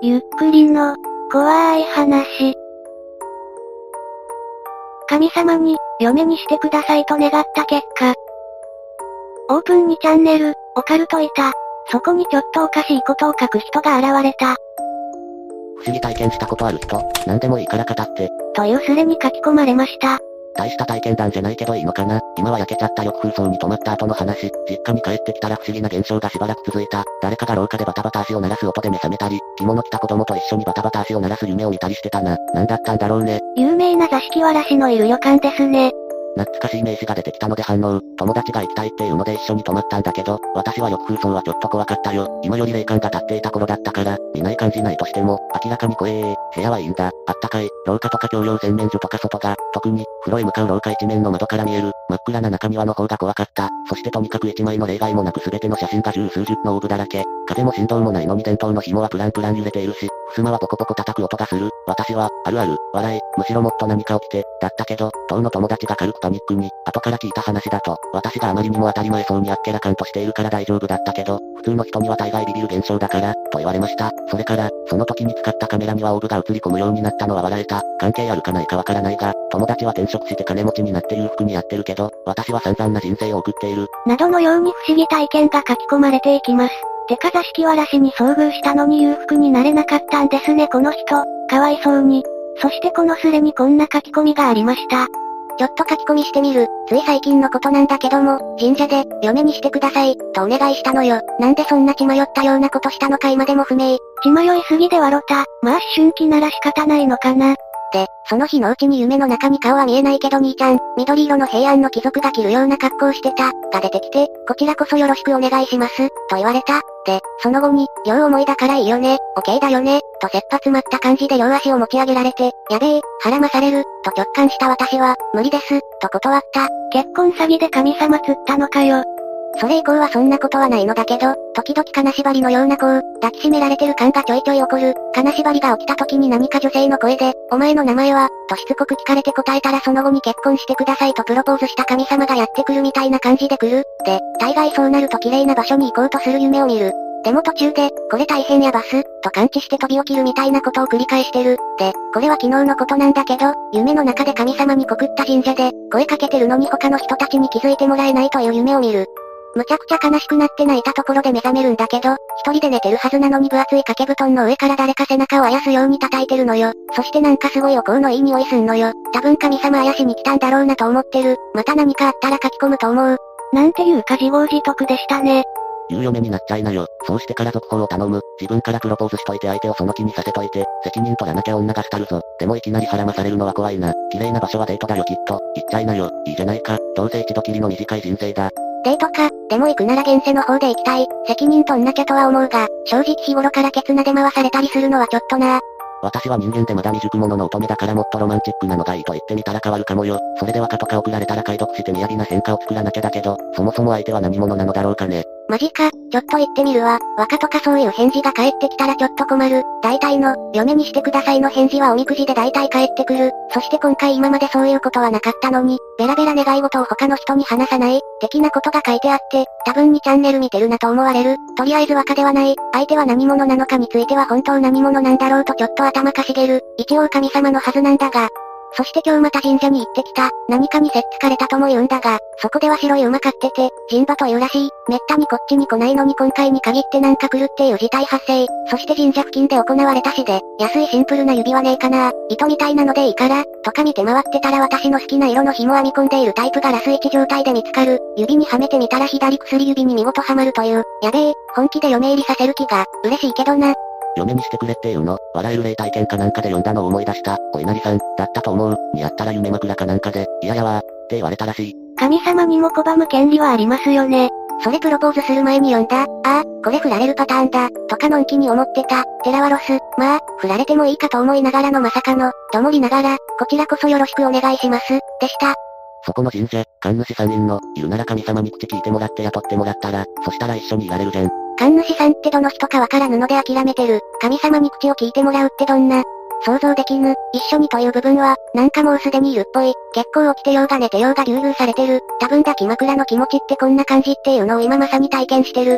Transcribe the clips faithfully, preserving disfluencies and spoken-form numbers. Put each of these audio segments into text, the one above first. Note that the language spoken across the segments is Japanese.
ゆっくりの、怖い話。神様に、嫁にしてくださいと願った結果。オープンにチャンネル、オカルトいた。そこにちょっとおかしいことを書く人が現れた。 不思議体験したことある人、何でもいいから語って。 というスレに書き込まれました。 大した体験談じゃないけどいいのかな。今は焼けちゃった緑風荘に泊まった後の話。実家に帰ってきたら不思議な現象がしばらく続いた。誰かが廊下でバタバタ足を鳴らす音で目覚めたり、着物着た子供と一緒にバタバタ足を鳴らす夢を見たりしてたな。なんだったんだろうね。 有名な座敷わらしのいる旅館ですね。 懐かしい名詞が出てきたので反応。友達が行きたいっていうので一緒に泊まったんだけど、私は緑風荘はちょっと怖かったよ。今より霊感が立っていた頃だったから、見ない感じないとしても、明らかに怖え。部屋はいいんだ。あったかい。廊下とか共用洗面所とか外が、特に、風呂へ向かう廊下一面の窓から見える、真っ暗な中庭の方が怖かった。そしてとにかく一枚の例外もなく全ての写真が十数十のオーブだらけ。風も振動もないのに電灯の紐はプランプラン揺れているし、襖はポコポコ叩く音がする。私は、あるある、笑い、むしろもっと何か起きて、だったけど、当の友達が軽くパニックに、後から聞いた話だと、私があまりにも当たり前そうにあっけらかんとしているから大丈夫だったけど、普通の人には大概ビビる現象だから、と言われました。それから、その時に使ったカメラにはオーブが映り込むようになったのは笑えた。関係あるかないかわからないが、友達は転職して金持ちになって裕福にやってるけど、私は散々な人生を送っている。 などのように不思議体験が書き込まれていきます。てか座敷わらしに遭遇したのに裕福になれなかったんですねこの人。かわいそうに。そしてこのスレにこんな書き込みがありました。 ちょっと書き込みしてみる。つい最近のことなんだけども、神社で、嫁にしてください、とお願いしたのよ。なんでそんな血迷ったようなことしたのか今でも不明。 血迷いすぎではろた。まあ思春期なら仕方ないのかな。 で、その日のうちに夢の中に顔は見えないけど兄ちゃん、緑色の平安の貴族が着るような格好をしてた、が出てきて、こちらこそよろしくお願いします、と言われた。で、その後に、両思いだからいいよね、オッケーだよね、と切羽詰まった感じで両足を持ち上げられて、やべえ、腹まされる、と直感した私は、無理です、と断った。 結婚詐欺で神様釣ったのかよ。 それ以降はそんなことはないのだけど、時々金縛りのようなこう、抱きしめられてる感がちょいちょい起こる。金縛りが起きた時に何か女性の声で、お前の名前は、としつこく聞かれて答えたらその後に結婚してくださいとプロポーズした神様がやってくるみたいな感じで来る。で、大概そうなると綺麗な場所に行こうとする夢を見る。でも途中で、これ大変やバス、と感知して飛び起きるみたいなことを繰り返してる。で、これは昨日のことなんだけど、夢の中で神様に告った神社で、声かけてるのに他の人たちに気づいてもらえないという夢を見る。むちゃくちゃ悲しくなって泣いたところで目覚めるんだけど、一人で寝てるはずなのに分厚い掛け布団の上から誰か背中をあやすように叩いてるのよ。そしてなんかすごいお香のいい匂いすんのよ。多分神様あやしに来たんだろうなと思ってる。また何かあったら書き込むと思う。 なんていうか自業自得でしたね。 言う嫁になっちゃいなよ。そうしてから続報を頼む。自分からプロポーズしといて相手をその気にさせといて、責任取らなきゃ女が廃るぞ。でもいきなり腹まされるのは怖いな。綺麗な場所はデートだよきっと。行っちゃいなよ。いいじゃないか。どうせ一度きりの短い人生だ。 デートか、でも行くなら現世の方で行きたい。責任取んなきゃとは思うが、正直日頃からケツなで回されたりするのはちょっとな。 私は人間でまだ未熟者の乙女だからもっとロマンチックなのがいいと言ってみたら変わるかもよ。それで和歌とか送られたら解読して雅な変化を作らなきゃだけど、そもそも相手は何者なのだろうかね。 マジか、ちょっと言ってみるわ。和歌とかそういう返事が返ってきたらちょっと困る。大体の、嫁にしてくださいの返事はおみくじで大体返ってくる。そして今回今までそういうことはなかったのに、ベラベラ願い事を他の人に話さない、的なことが書いてあって、多分にチャンネル見てるなと思われる。とりあえず和歌ではない、相手は何者なのかについては本当何者なんだろうとちょっと頭かしげる。一応神様のはずなんだが。そして今日また神社に行ってきた。何かにせっつかれたとも言うんだが、そこでは白い馬飼ってて、神馬というらしい。めったにこっちに来ないのに今回に限ってなんか来るっていう事態発生。そして神社付近で行われたしで、安いシンプルな指輪ねえかな。糸みたいなのでいいから、とか見て回ってたら私の好きな色の紐編み込んでいるタイプがラスいち状態で見つかる。指にはめてみたら左薬指に見事はまるという。やべえ、本気で嫁入りさせる気が、嬉しいけどな。 嫁にしてくれっていうの、笑える霊体験かなんかで読んだのを思い出した。お稲荷さん、だったと思う。にあったら夢枕かなんかで、いややわー、って言われたらしい。 神様にも拒む権利はありますよね。 それプロポーズする前に読んだ。ああ、これ振られるパターンだ。とかのんきに思ってた。テラワロス。まあ、振られてもいいかと思いながらのまさかの、ともりながら、こちらこそよろしくお願いします。でした。 そこの神社、神主さんいんの、いるなら神様に口聞いてもらって雇ってもらったら、そしたら一緒にいられるじゃん。 神主さんってどの人かわからぬので諦めてる。神様に口を聞いてもらうってどんな、想像できぬ。一緒にという部分は、なんかもうすでにいるっぽい。結構起きてようが寝てようが優遇されてる。多分抱き枕の気持ちってこんな感じっていうのを今まさに体験してる。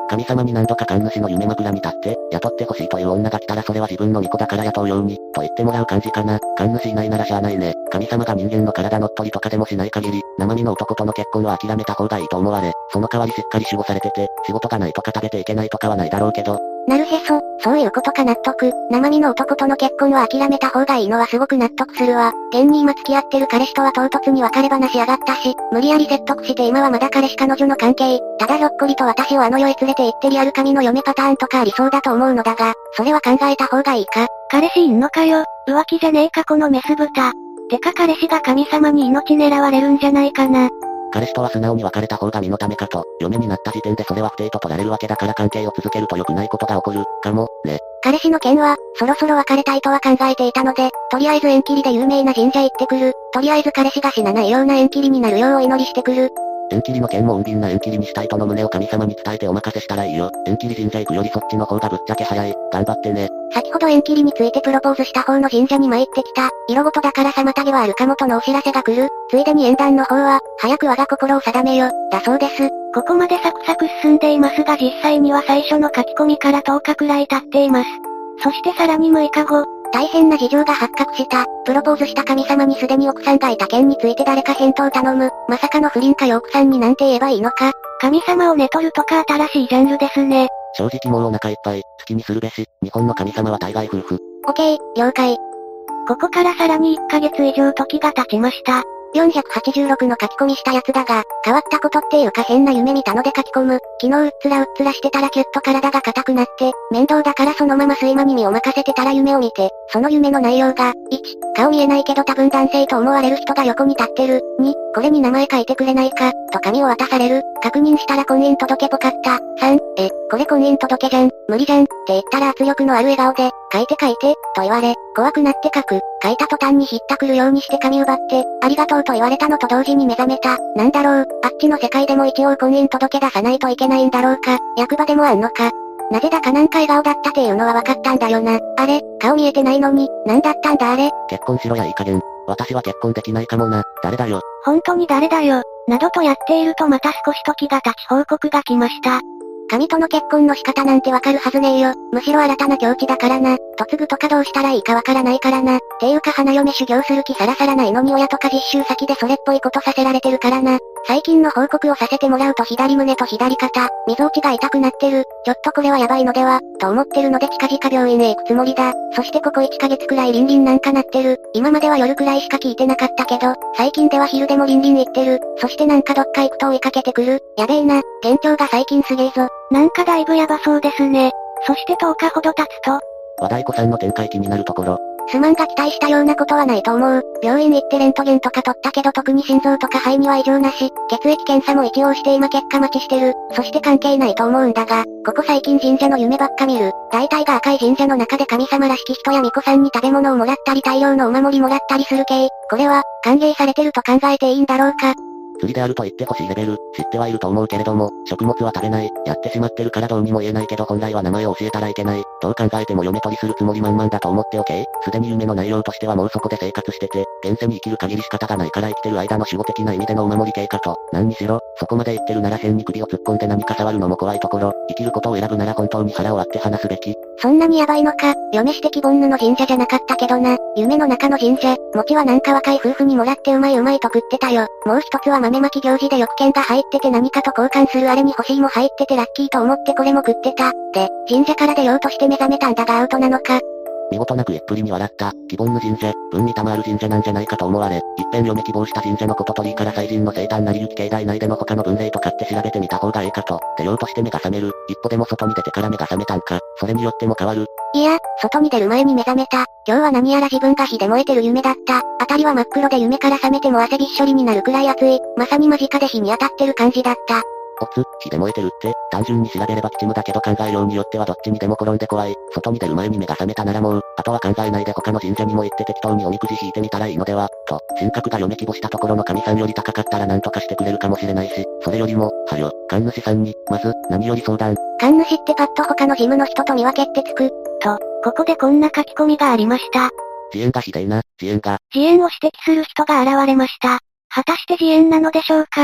神様に何度か神主の夢枕に立って、雇ってほしいという女が来たらそれは自分の巫女だから雇うように、と言ってもらう感じかな。神主いないならしゃあないね。神様が人間の体乗っ取りとかでもしない限り、生身の男との結婚は諦めた方がいいと思われ、その代わりしっかり守護されてて、仕事がないとか食べていけないとかはないだろうけど。 なるへそ、そういうことか納得。生身の男との結婚は諦めた方がいいのはすごく納得するわ。現に今付き合ってる彼氏とは唐突に別れ話上がったし、無理やり説得して今はまだ彼氏彼女の関係。ただひょっこりと私をあの世へ連れて行ってリアル神の嫁パターンとかありそうだと思うのだが、それは考えた方がいいか。 彼氏いんのかよ、浮気じゃねえかこのメス豚。てか彼氏が神様に命狙われるんじゃないかな。 彼氏とは素直に別れた方が身のためかと、嫁になった時点でそれは不貞と取られるわけだから関係を続けると良くないことが起こる、かも、ね。 彼氏の件は、そろそろ別れたいとは考えていたので、とりあえず縁切りで有名な神社行ってくる。とりあえず彼氏が死なないような縁切りになるようお祈りしてくる。 縁切りの件も穏便な縁切りにしたいとの旨を神様に伝えてお任せしたらいいよ。縁切り神社行くよりそっちの方がぶっちゃけ早い。頑張ってね。 先ほど縁切りについてプロポーズした方の神社に参ってきた。色ごとだから妨げはあるかもとのお知らせが来る。ついでに縁談の方は、早く我が心を定めよ。だそうです。 ここまでサクサク進んでいますが実際には最初の書き込みからとおかくらい経っています。そしてさらにむいかご、 大変な事情が発覚した。プロポーズした神様にすでに奥さんがいた件について誰か返答を頼む。まさかの不倫かよ奥さんになんて言えばいいのか。 神様を寝取るとか新しいジャンルですね。 正直もうお腹いっぱい、好きにするべし、日本の神様は大概夫婦。 オッケー、了解。 ここからさらにいっかげつ以上時が経ちました。 よんひゃくはちじゅうろくの書き込みしたやつだが、変わったことっていうか変な夢見たので書き込む。昨日うっつらうっつらしてたらキュッと体が硬くなって、面倒だからそのまま睡魔に身を任せてたら夢を見て、その夢の内容が、いち、顔見えないけど多分男性と思われる人が横に立ってる。に、これに名前書いてくれないか、と紙を渡される。確認したら婚姻届ぽかった。さん、え、これ婚姻届じゃん、無理じゃん、って言ったら圧力のある笑顔で、書いて書いて、と言われ、怖くなって書く。書いた途端にひったくるようにして紙奪って、ありがとうと言われたのと同時に目覚めた。なんだろう、あっちの世界でも一応婚姻届出さないといけないんだろうか。役場でもあんのか。なぜだかなんか笑顔だったっていうのは分かったんだよな。あれ、顔見えてないのに、なんだったんだあれ。 結婚しろやいい加減。私は結婚できないかもな。誰だよ。 本当に誰だよ。などとやっているとまた少し時が経ち報告が来ました。 神との結婚の仕方なんてわかるはずねえよ。むしろ新たな境地だからな。嫁ぐとかどうしたらいいかわからないからな。ていうか花嫁修行する気さらさらないのに親とか実習先でそれっぽいことさせられてるからな。最近の報告をさせてもらうと左胸と左肩、溝落ちが痛くなってる。ちょっとこれはやばいのでは、と思ってるので近々病院へ行くつもりだ。そしてここいっかげつくらいリンリンなんかなってる。今までは夜くらいしか聞いてなかったけど、最近では昼でもリンリン行ってる。そしてなんかどっか行くと追いかけてくる。やべえな、幻聴が最近すげえぞ。 なんかだいぶやばそうですね。そしてとおかほど経つと、 和田子さんの展開気になるところ。 すまんが期待したようなことはないと思う。病院行ってレントゲンとか取ったけど特に心臓とか肺には異常なし、血液検査も一応して今結果待ちしてる。そして関係ないと思うんだが、ここ最近神社の夢ばっか見る。大体が赤い神社の中で神様らしき人や巫女さんに食べ物をもらったり大量のお守りもらったりする系。これは、歓迎されてると考えていいんだろうか。 釣りであると言ってほしいレベル、知ってはいると思うけれども、食物は食べない、やってしまってるからどうにも言えないけど本来は名前を教えたらいけない、どう考えても嫁取りするつもり満々だと思っておけ。すでに夢の内容としてはもうそこで生活してて、現世に生きる限り仕方がないから生きてる間の守護的な意味でのお守り系かと。何にしろ、そこまで言ってるなら線に首を突っ込んで何か触るのも怖いところ、生きることを選ぶなら本当に腹を割って話すべき。 そんなにヤバいのか、嫁して希望の神社じゃなかったけどな。夢の中の神社、餅はなんか若い夫婦にもらってうまいうまいと食ってたよ。もう一つは豆まき行事でよ券が入ってて何かと交換するあれに欲しいも入っててラッキーと思ってこれも食ってた。で、神社から出ようとして目覚めたんだがアウトなのか。 見事な食いっぷりに笑った、希望の神社、文に賜る神社なんじゃないかと思われ、一遍嫁希望した神社のこと鳥居から祭神の生誕なりゆき境内内での他の分類とかって調べてみた方がええかと、出ようとして目が覚める、一歩でも外に出てから目が覚めたんか、それによっても変わる。 いや、外に出る前に目覚めた。今日は何やら自分が火で燃えてる夢だった。あたりは真っ黒で夢から覚めても汗びっしょりになるくらい暑い。まさに間近で火に当たってる感じだった。 おつ、火で燃えてるって、単純に調べれば吉夢だけど考えようによってはどっちにでも転んで怖い。外に出る前に目が覚めたならもう、あとは考えないで他の神社にも行って適当におみくじ引いてみたらいいのでは、と、神格が嫁希望したところの神さんより高かったら何とかしてくれるかもしれないし、それよりも、はよ、神主さんに、まず、何より相談。 神主ってパッと他の事務の人と見分けってつく。 と、ここでこんな書き込みがありました。 自演がひでえな、自演が。 自演を指摘する人が現れました。果たして自演なのでしょうか。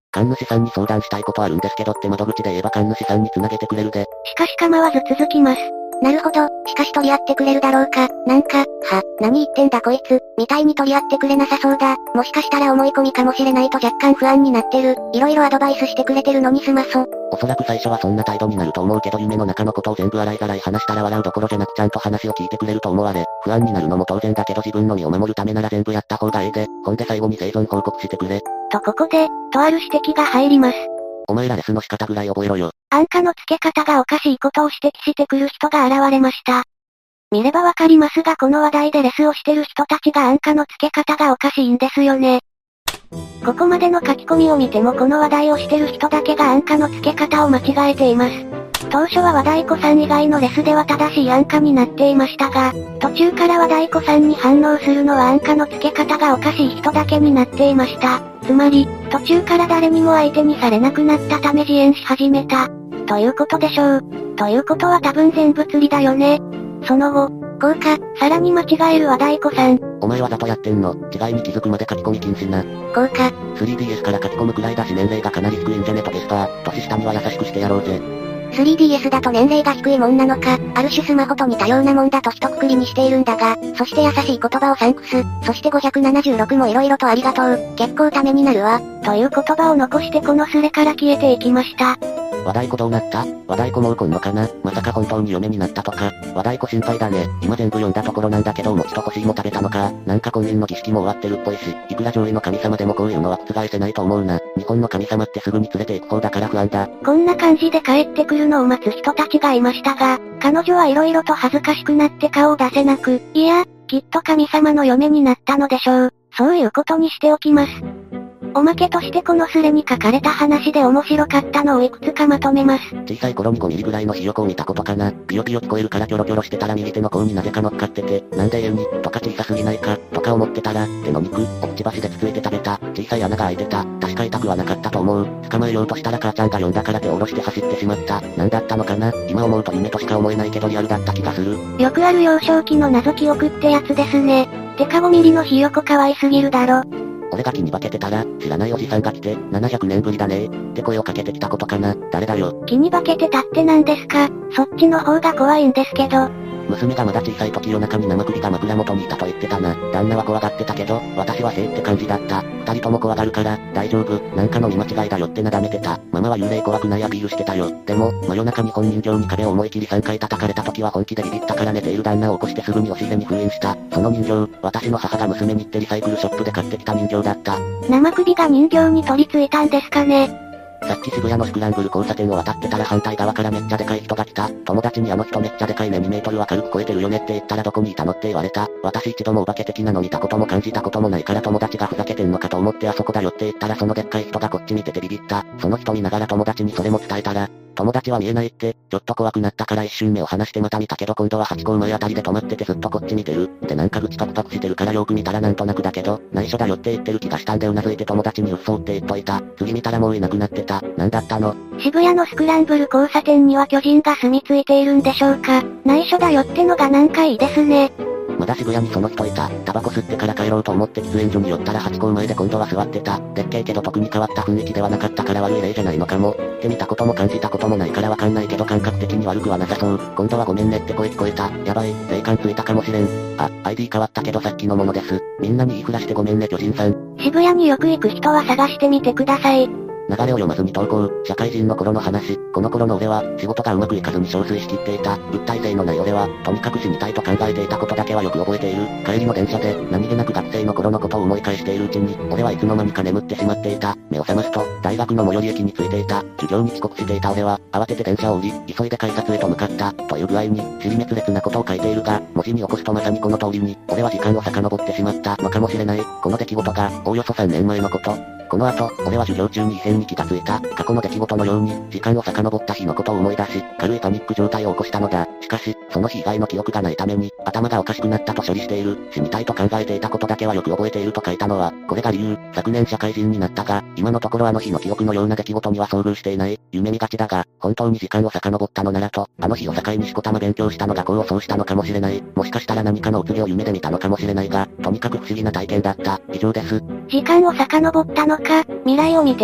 神主さんに相談したいことあるんですけどって窓口で言えば神主さんに繋げてくれるで。 しかし構わず続きます。 なるほど、しかし取り合ってくれるだろうか。なんか、は、何言ってんだこいつ、みたいに取り合ってくれなさそうだ。もしかしたら思い込みかもしれないと若干不安になってる。いろいろアドバイスしてくれてるのにすまそ。 おそらく最初はそんな態度になると思うけど夢の中のことを全部洗いざらい話したら笑うどころじゃなくちゃんと話を聞いてくれると思われ、不安になるのも当然だけど自分の身を守るためなら全部やった方がええで、ほんで最後に生存報告してくれ。 とここで、とある指摘が入ります。 お前らレスの仕方ぐらい覚えろよ。 安価の付け方がおかしいことを指摘してくる人が現れました。見ればわかりますがこの話題でレスをしてる人たちが安価の付け方がおかしいんですよね。ここまでの書き込みを見てもこの話題をしてる人だけが安価の付け方を間違えています。当初は和太鼓さん以外のレスでは正しい安価になっていましたが、途中から和太鼓さんに反応するのは安価の付け方がおかしい人だけになっていました。つまり、途中から誰にも相手にされなくなったため自演し始めた。ということでしょう。ということは多分全部釣りだよね。その後、こうか、さらに間違える和太鼓さん。 お前わざとやってんの。違いに気づくまで書き込み禁止な。 こうか。 スリーディーエス から書き込むくらいだし年齢がかなり低いんじゃねとゲスパー。年下には優しくしてやろうぜ。 スリーディーエス だと年齢が低いもんなのか、ある種スマホと似たようなもんだと一括りにしているんだが、そして優しい言葉をサンクス、そしてごひゃくななじゅうろくも色々とありがとう、結構ためになるわ。 という言葉を残してこのスレから消えていきました。 和太鼓どうなった？和太鼓もう来んのかな？まさか本当に嫁になったとか。和太鼓心配だね。今全部読んだところなんだけどお餅と干し芋食べたのか。なんか婚姻の儀式も終わってるっぽいし、いくら上位の神様でもこういうのは覆せないと思うな。日本の神様ってすぐに連れて行く方だから不安だ。 こんな感じで帰ってくるのを待つ人たちがいましたが、彼女は色々と恥ずかしくなって顔を出せなく、いや、きっと神様の嫁になったのでしょう。そういうことにしておきます。おまけとしてこのスレに書かれた話で面白かったのをいくつかまとめます。 小さい頃にごミリぐらいのひよこを見たことかな。ピヨピヨ聞こえるからキョロキョロしてたら右手の甲になぜか乗っかってて、なんでええに、とか小さすぎないか、とか思ってたら、手の肉、おくちばしでつついて食べた。小さい穴が開いてた。確か痛くはなかったと思う。捕まえようとしたら母ちゃんが呼んだから手を下ろして走ってしまった。なんだったのかな？今思うと夢としか思えないけどリアルだった気がする。 よくある幼少期の謎記憶ってやつですね。てかごミリのひよこ可愛すぎるだろ。 俺が木に化けてたら、知らないおじさんが来て、ななひゃくねんぶりだねー、って声をかけてきたことかな。誰だよ。 木に化けてたって何ですか？そっちの方が怖いんですけど。 娘がまだ小さい時夜中に生首が枕元にいたと言ってたな。旦那は怖がってたけど、私はへーって感じだった。二人とも怖がるから、大丈夫、なんかの見間違いだよってなだめてた。ママは幽霊怖くないアピールしてたよ。でも、真夜中に本人形に壁を思い切りさんかい叩かれた時は本気でビビったから寝ている旦那を起こしてすぐに押し入れに封印した。その人形、私の母が娘に行ってリサイクルショップで買ってきた人形だった。 生首が人形に取り付いたんですかね。 さっき渋谷のスクランブル交差点を渡ってたら反対側からめっちゃでかい人が来た。友達にあの人めっちゃでかいねにメートルは軽く超えてるよねって言ったらどこにいたのって言われた。私一度もお化け的なの見たことも感じたこともないから友達がふざけてんのかと思ってあそこだよって言ったらそのでっかい人がこっち見ててビビった。その人見ながら友達にそれも伝えたら、友達は見えないって、ちょっと怖くなったから一瞬目を離してまた見たけど今度はハチ公前あたりで止まっててずっとこっち見てる。でなんか愚痴パクパクしてるからよく見たらなんとなくだけど、内緒だよって言ってる気がしたんでうなずいて友達にうっそうって言っといた。次見たらもういなくなってた。なんだったの？ 渋谷のスクランブル交差点には巨人が住み着いているんでしょうか。内緒だよってのがなんかいいですね。 まだ渋谷にその人いた。タバコ吸ってから帰ろうと思って喫煙所に寄ったらハチ公前で今度は座ってた。でっけえけど特に変わった雰囲気ではなかったから悪い例じゃないのかも。って見たことも感じたこともないからわかんないけど感覚的に悪くはなさそう。今度はごめんねって声聞こえた。やばい、霊感ついたかもしれん。あ、アイディー 変わったけどさっきのものです。みんなに言いふらしてごめんね巨人さん。 渋谷によく行く人は探してみてください。 流れを読まずに投稿、社会人の頃の話、この頃の俺は、仕事がうまくいかずに憔悴しきっていた、物体性のない俺は、とにかく死にたいと考えていたことだけはよく覚えている。帰りの電車で、何気なく学生の頃のことを思い返しているうちに、俺はいつの間にか眠ってしまっていた。目を覚ますと、大学の最寄り駅に着いていた。授業に遅刻していた俺は、慌てて電車を降り、急いで改札へと向かった、という具合に、尻滅裂なことを書いているが、文字に起こすとまさにこの通りに、俺は時間を遡ってしまったのかもしれない。この出来事が、おおよそさんねんまえのこと。この後、俺は授業中に異変に気がついた。過去の出来事のように、時間を遡った日のことを思い出し、軽いパニック状態を起こしたのだ。しかし、その日以外の記憶がないために、頭がおかしくなったと処理している。死にたいと考えていたことだけはよく覚えていると書いたのは、これが理由。昨年社会人になったが、今のところあの日の記憶のような出来事には遭遇していない。夢見がちだが、本当に時間を遡ったのならと、あの日を境にしこたま勉強したのが功を奏したのかもしれない。もしかしたら何かのお告げを夢で見たのかもしれないが、とにかく不思議な体験だった。以上です。 時間を遡ったのか、未来を見てしまった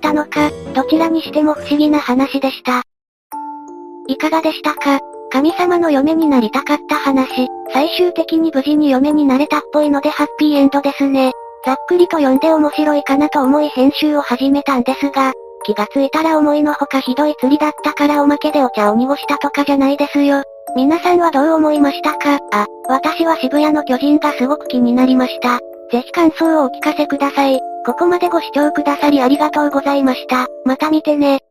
ったのか、どちらにしても不思議な話でした。いかがでしたか？神様の嫁になりたかった話、最終的に無事に嫁になれたっぽいのでハッピーエンドですね。ざっくりと読んで面白いかなと思い編集を始めたんですが、気がついたら思いのほかひどい釣りだったからおまけでお茶を濁したとかじゃないですよ。皆さんはどう思いましたか？あ、私は渋谷の巨人がすごく気になりました。ぜひ感想をお聞かせください。ここまでご視聴くださりありがとうございました。また見てね。